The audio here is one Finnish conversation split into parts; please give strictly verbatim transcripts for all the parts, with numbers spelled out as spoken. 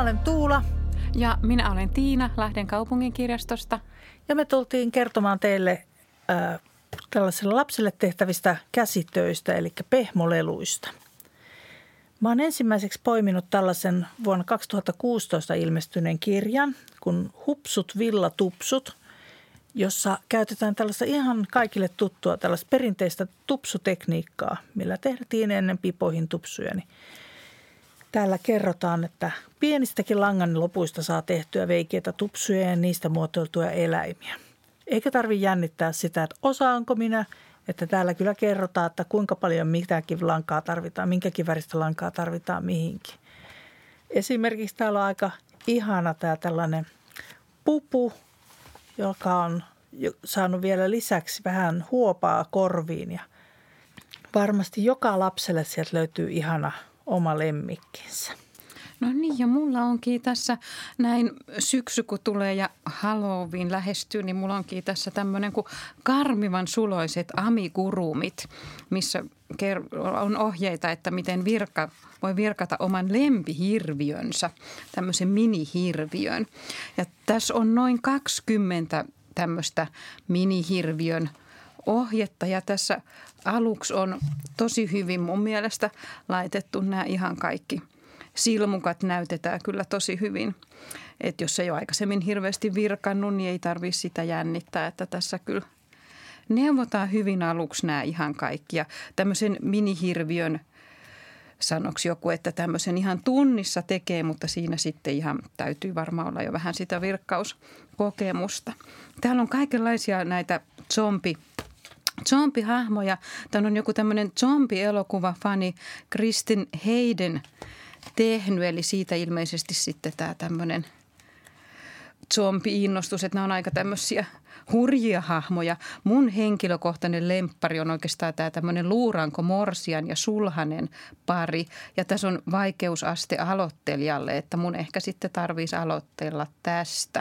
olen Tuula. Ja minä olen Tiina Lahden kaupunginkirjastosta. Ja me tultiin kertomaan teille äh, tällaisille lapsille tehtävistä käsitöistä, eli pehmoleluista. Mä oon ensimmäiseksi poiminut tällaisen vuonna kaksituhattakuusitoista ilmestyneen kirjan, kun Hupsut villatupsut, jossa käytetään tällaista ihan kaikille tuttua tällaista perinteistä tupsutekniikkaa, millä tehtiin ennen pipoihin tupsuja. Niin täällä kerrotaan, että pienistäkin langan lopuista saa tehtyä veikeitä tupsuja ja niistä muotoiltuja eläimiä. Eikä tarvitse jännittää sitä, että osaanko minä, että täällä kyllä kerrotaan, että kuinka paljon mitäkin lankaa tarvitaan, minkäkin väristä lankaa tarvitaan mihinkin. Esimerkiksi täällä on aika ihana tämä tällainen pupu, joka on saanut vielä lisäksi vähän huopaa korviin. Ja varmasti joka lapselle sieltä löytyy ihana oma lemmikkinsä. No niin, ja mulla onkin tässä näin syksy, kun tulee ja Halloween lähestyy, niin mulla onkin tässä tämmöinen kuin karmivan suloiset amigurumit, missä on ohjeita, että miten virka, voi virkata oman lempihirviönsä, tämmöisen minihirviön. Ja tässä on noin kaksikymmentä tämmöistä minihirviön ohjetta ja tässä aluksi on tosi hyvin mun mielestä laitettu nämä ihan kaikki silmukat näytetään kyllä tosi hyvin. Että jos ei ole aikaisemmin hirveästi virkannut, niin ei tarvitse sitä jännittää, että tässä kyllä neuvotaan hyvin aluksi nämä ihan kaikki. Ja tämmöisen minihirviön sanoksi joku, että tämmöisen ihan tunnissa tekee, mutta siinä sitten ihan täytyy varmaan olla jo vähän sitä virkkauskokemusta. Täällä on kaikenlaisia näitä zombi zombihahmoja. Tämä on joku tämmöinen zombielokuva-fani Kristin Hayden tehnyt, eli siitä ilmeisesti sitten tämä tämmöinen zombi-innostus, että nämä on aika tämmöisiä hurjia hahmoja. Mun henkilökohtainen lemppari on oikeastaan tämä tämmöinen Luuranko Morsian ja Sulhanen pari. Ja tässä on vaikeusaste aloittelijalle, että mun ehkä sitten tarvitsisi aloitella tästä.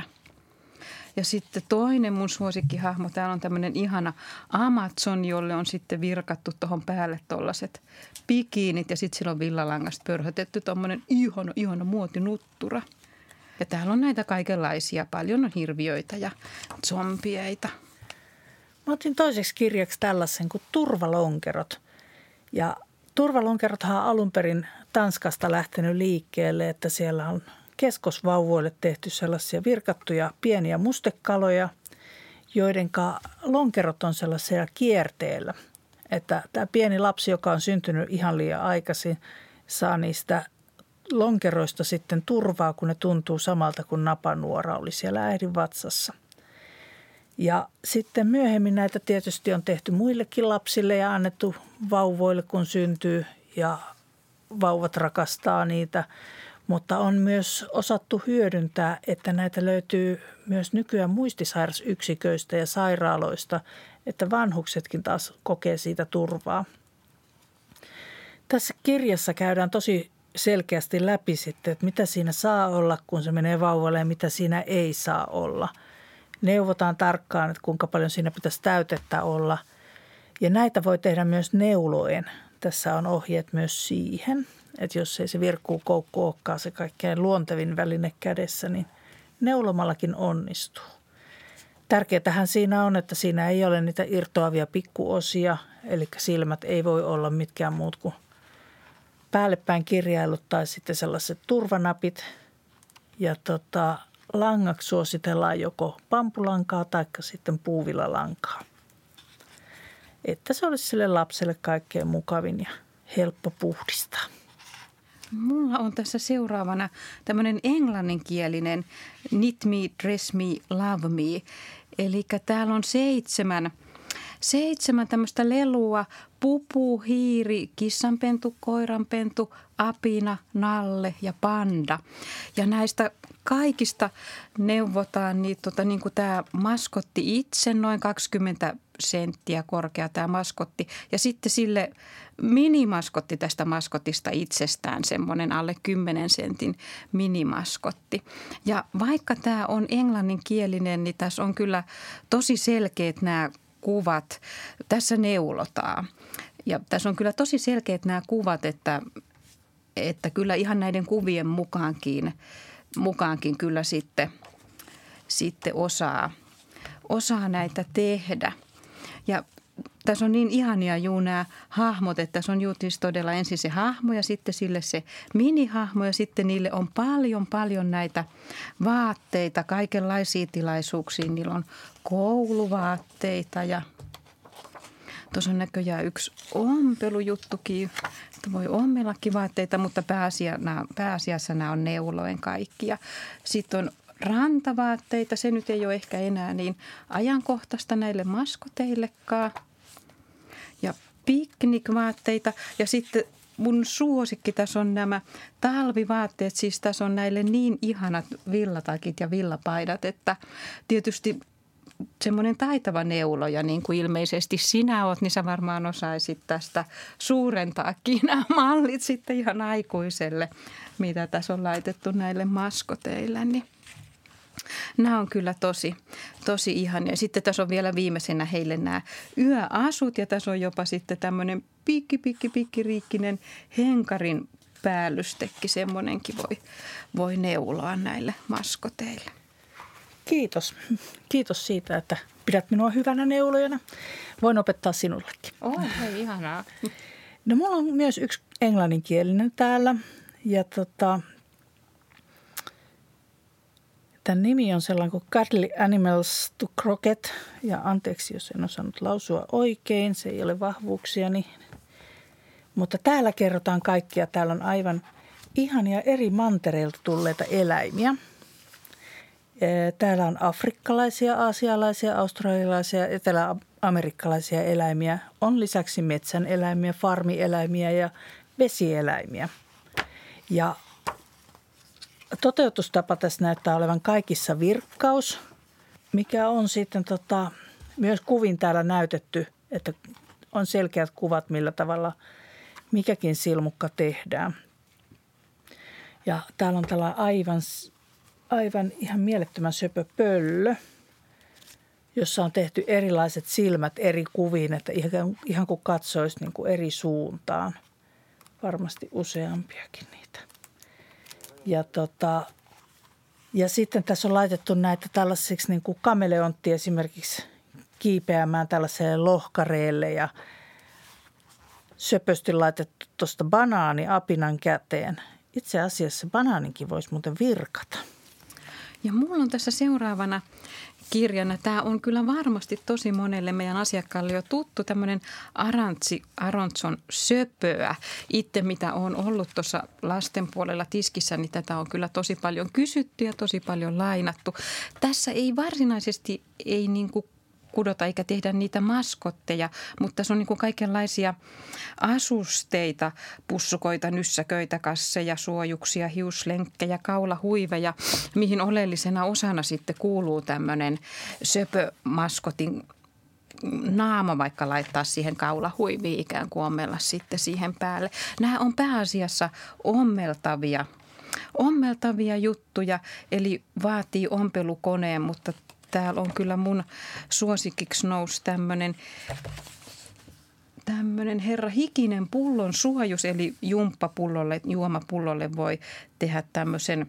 Ja sitten toinen mun suosikkihahmo, täällä on tämmöinen ihana Amazon, jolle on sitten virkattu tuohon päälle tollaiset bikiinit ja sitten sillä on villalangasta pörhötetty tuommoinen ihana, ihana muotinuttura. Ja täällä on näitä kaikenlaisia, paljon on hirviöitä ja zombieita. Mä otin toiseksi kirjaksi tällaisen kuin Turvalonkerot. Ja turvalonkerothan on alun perin Tanskasta lähtenyt liikkeelle, että siellä on keskosvauvoille tehty sellaisia virkattuja pieniä mustekaloja, joiden lonkerot on sellaisia kierteellä. Että tämä pieni lapsi, joka on syntynyt ihan liian aikaisin, saa niistä lonkeroista sitten turvaa, kun ne tuntuu samalta kuin napanuora oli siellä äidin vatsassa. Ja sitten myöhemmin näitä tietysti on tehty muillekin lapsille ja annettu vauvoille, kun syntyy ja vauvat rakastaa niitä. Mutta on myös osattu hyödyntää, että näitä löytyy myös nykyään muistisairausyksiköistä ja sairaaloista, että vanhuksetkin taas kokee siitä turvaa. Tässä kirjassa käydään tosi selkeästi läpi sitten, että mitä siinä saa olla, kun se menee vauvalle ja mitä siinä ei saa olla. Neuvotaan tarkkaan, että kuinka paljon siinä pitäisi täytettä olla. Ja näitä voi tehdä myös neuloen. Tässä on ohjeet myös siihen, että jos ei se virkkuukoukku olekaan se kaikkein luontevin väline kädessä, niin neulomallakin onnistuu. Tärkeätähän siinä on, että siinä ei ole niitä irtoavia pikkuosia, eli silmät ei voi olla mitkään muut kuin päällepäin kirjailut tai sitten sellaiset turvanapit. Ja tota, langaksi suositellaan joko pampulankaa tai sitten puuvillalankaa. Että se olisi sille lapselle kaikkein mukavin ja helppo puhdistaa. Mulla on tässä seuraavana tämmöinen englanninkielinen Knit Me, Dress Me, Love Me. Eli täällä on seitsemän, seitsemän tämmöistä lelua, pupu, hiiri, kissanpentu, koiranpentu, apina, nalle ja panda. Ja näistä kaikista neuvotaan niin, tota, niin kuin tämä maskotti itse, noin kaksikymmentä senttiä korkea tämä maskotti. Ja sitten sille minimaskotti tästä maskotista itsestään, semmoinen alle kymmenen sentin minimaskotti. Ja vaikka tämä on englanninkielinen, niin tässä on kyllä tosi selkeät nämä kuvat. Tässä neulotaan. Ja tässä on kyllä tosi selkeät nämä kuvat, että, että kyllä ihan näiden kuvien mukaankin mukaankin kyllä sitten, sitten osaa, osaa näitä tehdä. Ja tässä on niin ihania juu nämä hahmot, että tässä on juu todella ensin se hahmo ja sitten sille se minihahmo ja sitten niille on paljon paljon näitä vaatteita, kaikenlaisia tilaisuuksia. Niillä on kouluvaatteita ja tuossa on näköjään yksi ompelujuttukin, että voi ommellakin vaatteita, mutta pääasia, nämä, pääasiassa nämä on neulojen kaikki. Ja sitten on rantavaatteita, se nyt ei ole ehkä enää niin ajankohtaista näille maskoteillekaan. Ja piknikvaatteita ja sitten mun suosikki tässä on nämä talvivaatteet, siis tässä on näille niin ihanat villatakit ja villapaidat, että tietysti semmoinen taitava neuloja, niin kuin ilmeisesti sinä oot, niin sä varmaan osaisit tästä suurentaakin nämä mallit sitten ihan aikuiselle, mitä tässä on laitettu näille maskoteille, niin nämä on kyllä tosi, tosi ihania. Sitten tässä on vielä viimeisenä heille nämä yöasut ja tässä on jopa sitten tämmöinen pikki, pikki, pikki riikkinen henkarin päällystekki. Semmoinenkin voi, voi neuloa näille maskoteille. Kiitos. Kiitos siitä, että pidät minua hyvänä neulojana. Voin opettaa sinullekin. Oh, hei, ihanaa. No mulla on myös yksi englanninkielinen täällä ja tota... Tämän nimi on sellainen kuin Cuddly Animals to Croquet, ja anteeksi, jos en osannut lausua oikein, se ei ole vahvuuksiani. Mutta täällä kerrotaan kaikkia, täällä on aivan ihania eri mantereilta tulleita eläimiä. Täällä on afrikkalaisia, aasialaisia, australialaisia, etelä-amerikkalaisia eläimiä. On lisäksi metsän eläimiä, farmieläimiä ja vesieläimiä. Ja toteutustapa tässä näyttää olevan kaikissa virkkaus, mikä on sitten tota, myös kuvin täällä näytetty, että on selkeät kuvat, millä tavalla mikäkin silmukka tehdään. Ja täällä on tällainen aivan, aivan ihan mielettömän söpö pöllö, jossa on tehty erilaiset silmät eri kuviin, että ihan, ihan kuin katsoisi niin kuin eri suuntaan. Varmasti useampiakin niitä. Ja, tota, ja sitten tässä on laitettu näitä tällaisiksi niin kuin kameleontti esimerkiksi kiipeämään tällaiselle lohkareelle ja söpösti laitettu tuosta banaani apinan käteen. Itse asiassa banaaninkin voisi muuten virkata. Ja mulla on tässä seuraavana kirjana. Tämä on kyllä varmasti tosi monelle meidän asiakkaalle jo tuttu, tämmöinen Arantsi Aronson söpöä. Itse mitä on ollut tuossa lasten puolella tiskissä, niin tätä on kyllä tosi paljon kysytty ja tosi paljon lainattu. Tässä ei varsinaisesti ei niin kuin kudota eikä tehdä niitä maskotteja, mutta tässä on niin kuin kaikenlaisia asusteita, pussukoita, nyssäköitä, kasseja, suojuksia, hiuslenkkejä, kaulahuiveja, mihin oleellisena osana sitten kuuluu tämmöinen söpömaskotin naama vaikka laittaa siihen kaulahuiviin ikään kuin ommella sitten siihen päälle. Nämä on pääasiassa ommeltavia, ommeltavia juttuja, eli vaatii ompelukoneen, mutta täällä on kyllä mun suosikkiksi nousi tämmöinen tämmöinen herra hikinen pullon suojus, eli jumppapullolle, juomapullolle voi tehdä tämmöisen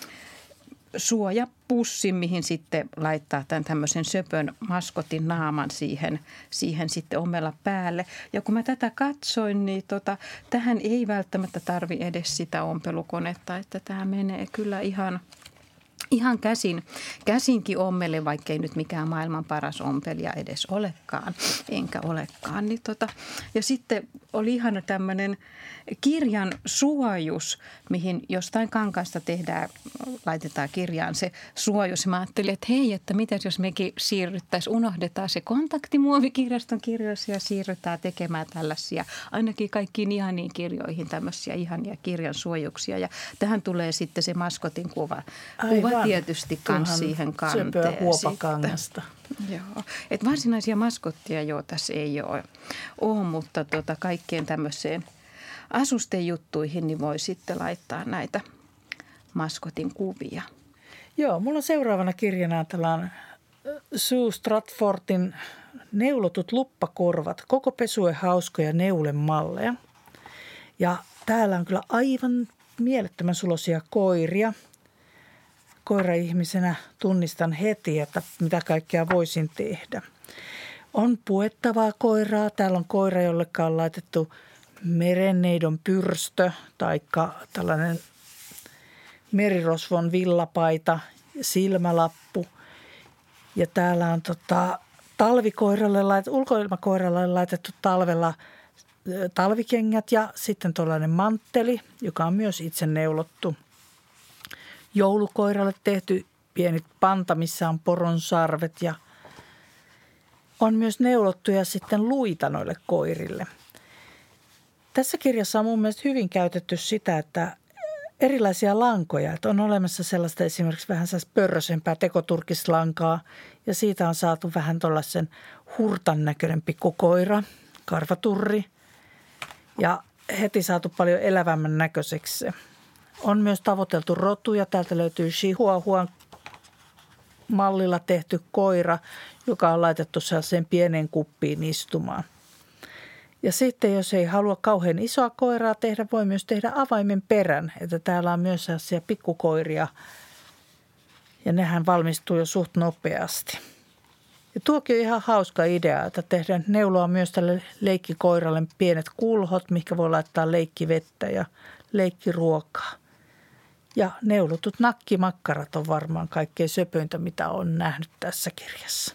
suojapussin, mihin sitten laittaa tämän tämmöisen söpön maskotin naaman siihen, siihen sitten omella päälle. Ja kun mä tätä katsoin, niin tota, tähän ei välttämättä tarvi edes sitä ompelukonetta, että tämä menee kyllä ihan... Ihan käsin, käsinkin ommelle, vaikkei nyt mikään maailman paras ompelija edes olekaan, enkä olekaan. Niin tota. Ja sitten oli ihana tämmöinen kirjan suojus, mihin jostain kankaasta tehdään, laitetaan kirjaan se suojus. Mä ajattelin, että hei, että mitäs jos mekin siirryttäisiin, unohdetaan se kontaktimuovi kirjaston kirjoissa ja siirrytään tekemään tällaisia, ainakin kaikkiin ihaniin kirjoihin tämmöisiä ihania kirjan suojuksia. Ja tähän tulee sitten se maskotin kuva. Kuva tietysti myös siihen kanteen. Söpöä huopakangasta. Joo, että varsinaisia maskottia joo tässä ei ole, ole mutta tota, kaikkeen tämmöiseen asustejuttuihin niin voi sitten laittaa näitä maskotin kuvia. Joo, mulla on seuraavana kirjana tällainen Sue Stratfordin neulotut luppakorvat, koko pesue hauskoja neulemalleja. Ja täällä on kyllä aivan mielettömän suloisia koiria. koira-ihmisenä tunnistan heti, että mitä kaikkea voisin tehdä. On puettavaa koiraa. Täällä on koira, jolle on laitettu merenneidon pyrstö tai tällainen merirosvon villapaita, silmälappu. Ja täällä on tota, talvikoiralle, ulkoilmakoiralle laitettu talvella talvikengät ja sitten tuollainen mantteli, joka on myös itse neulottu. Joulukoiralle tehty pieni panta, missä on poron sarvet ja on myös neulottuja sitten luita noille koirille. Tässä kirjassa on mun mielestä hyvin käytetty sitä, että erilaisia lankoja, että on olemassa sellaista esimerkiksi vähän sellaista pörrösempää tekoturkislankaa ja siitä on saatu vähän tuollaisen hurtan näköinen pikkukoira, karvaturri ja heti saatu paljon elävämmän näköiseksi. On myös tavoiteltu rotuja. Täältä löytyy Chihuahuan mallilla tehty koira, joka on laitettu sellaiseen pieneen kuppiin istumaan. Ja sitten jos ei halua kauhean isoa koiraa tehdä, voi myös tehdä avaimen perän. Että täällä on myös sellaisia pikkukoiria ja nehän valmistuu jo suht nopeasti. Ja tuokin on ihan hauska idea, että tehdään neuloa myös tälle leikkikoiralle pienet kulhot, mihinkä voi laittaa leikkivettä ja leikkiruokaa. Ja neulotut nakkimakkarat on varmaan kaikkein söpöintä, mitä on nähnyt tässä kirjassa.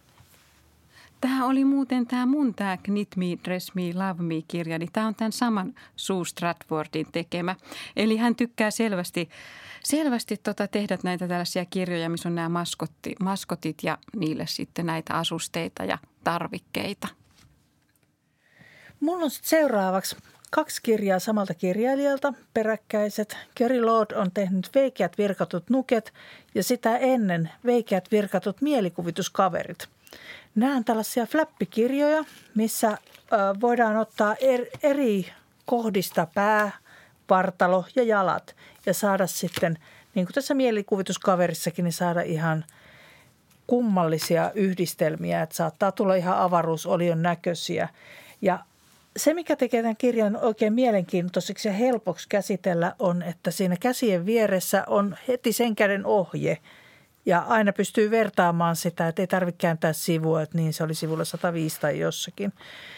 Tämä oli muuten tämä mun tämä Knit Me, Dress Me, Love Me-kirja, niin tämä on tämän saman Sue Stratfordin tekemä. Eli hän tykkää selvästi, selvästi tota tehdä näitä tällaisia kirjoja, missä on nämä maskotti, maskotit ja niille sitten näitä asusteita ja tarvikkeita. Mulla on sitten seuraavaksi kaksi kirjaa samalta kirjailijalta, peräkkäiset. Kerry Lord on tehnyt Veikeät virkatut nuket ja sitä ennen Veikeät virkatut mielikuvituskaverit. Nämä on tällaisia flappikirjoja, missä voidaan ottaa eri kohdista pää, vartalo ja jalat ja saada sitten, niin kuin tässä mielikuvituskaverissakin, niin saada ihan kummallisia yhdistelmiä, että saattaa tulla ihan avaruusolion näköisiä. Ja se, mikä tekee tämän kirjan oikein mielenkiintoiseksi ja helpoksi käsitellä, on, että siinä käsien vieressä on heti sen käden ohje. Ja aina pystyy vertaamaan sitä, että ei tarvitse kääntää sivua, että niin se oli sivulla sata viisi tai jossakin.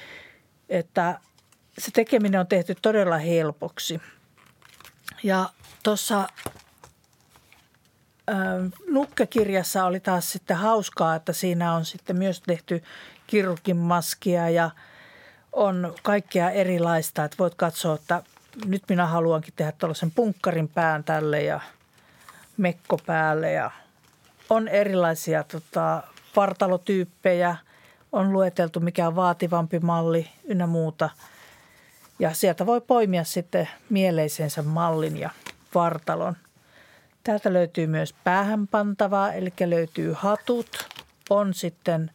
Että se tekeminen on tehty todella helpoksi. Ja tuossa nukkekirjassa oli taas sitten hauskaa, että siinä on sitten myös tehty kirurgin maskia ja on kaikkea erilaista. Että voit katsoa, että nyt minä haluankin tehdä tuollaisen punkkarin pään tälle ja mekko päälle ja on erilaisia tota, vartalotyyppejä, on lueteltu mikä on vaativampi malli ynnä muuta. Ja sieltä voi poimia sitten mieleisensä mallin ja vartalon. Täältä löytyy myös päähänpantavaa, eli löytyy hatut. On sitten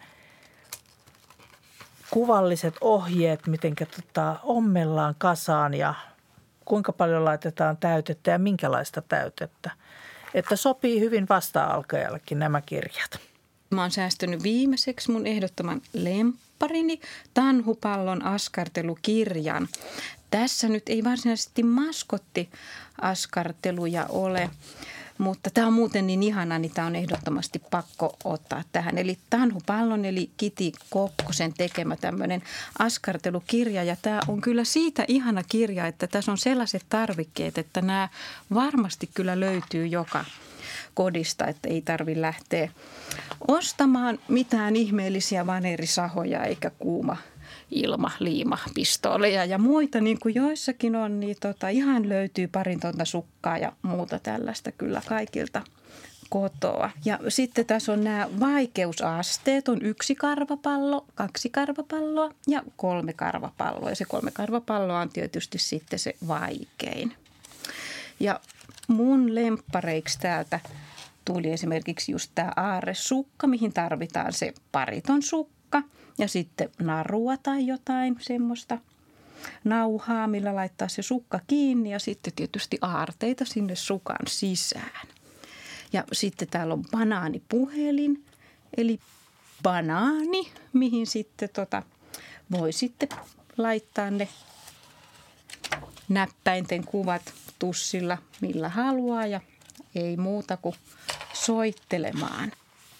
kuvalliset ohjeet, miten tota, ommellaan kasaan ja kuinka paljon laitetaan täytettä ja minkälaista täytettä. Että sopii hyvin vasta-alkajallekin nämä kirjat. Mä oon säästänyt viimeiseksi mun ehdottoman lempparini Tanhupallon askartelukirjan. Tässä nyt ei varsinaisesti maskotti-askarteluja ole, mutta tämä on muuten niin ihana, niin tämä on ehdottomasti pakko ottaa tähän. Eli Tanhupallon eli Kiti Kokkosen tekemä tämmöinen askartelukirja. Ja tämä on kyllä siitä ihana kirja, että tässä on sellaiset tarvikkeet, että nämä varmasti kyllä löytyy joka kodista, että ei tarvitse lähteä ostamaan mitään ihmeellisiä vanerisahoja eikä kuuma ilma, liima, pistooleja ja muita, niin kuin joissakin on, niin tota, ihan löytyy parin tonta sukkaa ja muuta tällaista kyllä kaikilta kotoa. Ja sitten tässä on nämä vaikeusasteet, on yksi karvapallo, kaksi karvapalloa ja kolme karvapalloa. Ja se kolme karvapalloa on tietysti sitten se vaikein. Ja mun lemppareiksi täältä tuli esimerkiksi just tämä aarresukka, mihin tarvitaan se pariton sukka. Ja sitten narua tai jotain semmoista nauhaa, millä laittaa se sukka kiinni ja sitten tietysti aarteita sinne sukan sisään. Ja sitten täällä on banaanipuhelin, eli banaani, mihin sitten tota, voi sitten laittaa ne näppäinten kuvat tussilla millä haluaa ja ei muuta kuin soittelemaan.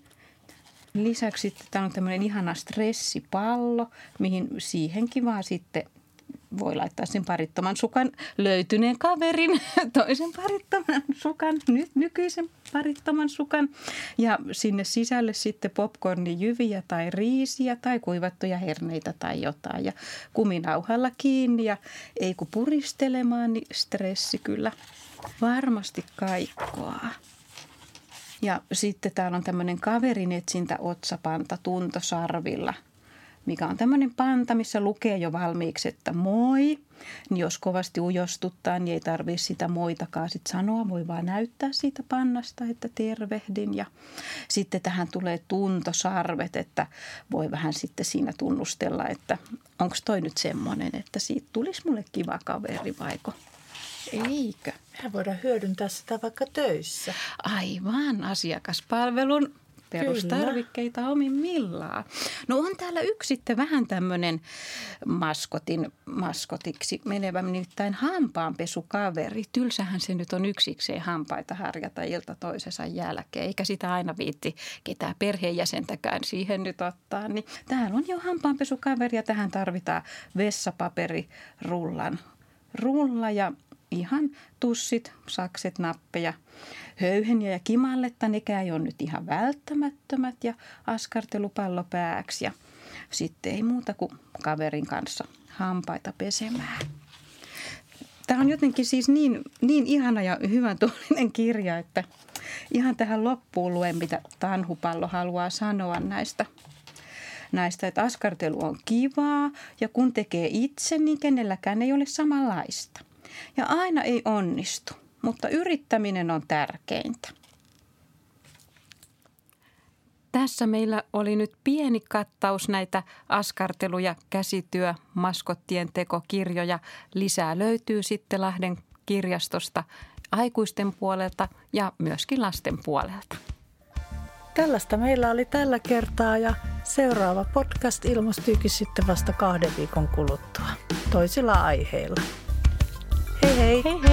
Lisäksi sitten täällä on tämmöinen ihana stressipallo, mihin siihenkin vaan sitten voi laittaa sen parittoman sukan löytyneen kaverin, toisen parittoman sukan, nyt nykyisen parittoman sukan. Ja sinne sisälle sitten popcornijyviä tai riisiä tai kuivattuja herneitä tai jotain. Ja kuminauhalla kiinni ja ei kun puristelemaan, niin stressi kyllä varmasti kaikkoaa. Ja sitten täällä on tämmöinen kaverin etsintä otsapanta tuntosarvilla, mikä on tämmöinen panta, missä lukee jo valmiiksi, että moi. Niin jos kovasti ujostuttaa, niin ei tarvitse sitä moitakaan sit sanoa. Voi vaan näyttää siitä pannasta, että tervehdin. Ja sitten tähän tulee tuntosarvet, että voi vähän sitten siinä tunnustella, että onko toi nyt semmoinen, että siitä tulisi mulle kiva kaveri vaiko. Eikö? Mehän voidaan hyödyntää sitä vaikka töissä. Aivan, asiakaspalvelun perustarvikkeita Kyllä. omimmillaan. No on täällä yksi sitten vähän tämmöinen maskotin, maskotiksi menevä, nimittäin hampaanpesukaveri. Tylsähän se nyt on yksikseen hampaita harjata ilta toisensa jälkeen, eikä sitä aina viitti ketään perheenjäsentäkään siihen nyt ottaa. Niin täällä on jo hampaanpesukaveri ja tähän tarvitaan vessapaperirullan rulla ja ihan tussit, sakset, nappeja, höyheniä ja kimalletta, nekään ei ole nyt ihan välttämättömät ja askartelupallo pääksi. Ja sitten ei muuta kuin kaverin kanssa hampaita pesemään. Tämä on jotenkin siis niin, niin ihana ja hyvän tuulinen kirja, että ihan tähän loppuun luen, mitä Tanhupallo haluaa sanoa näistä. Näistä, että askartelu on kivaa ja kun tekee itse, niin kenelläkään ei ole samanlaista. Ja aina ei onnistu, mutta yrittäminen on tärkeintä. Tässä meillä oli nyt pieni kattaus näitä askartelu- ja käsityö, maskottien tekokirjoja. Lisää löytyy sitten Lahden kirjastosta aikuisten puolelta ja myöskin lasten puolelta. Tällaista meillä oli tällä kertaa ja seuraava podcast ilmestyykin sitten vasta kahden viikon kuluttua toisilla aiheilla. Hei hei! Hei hei!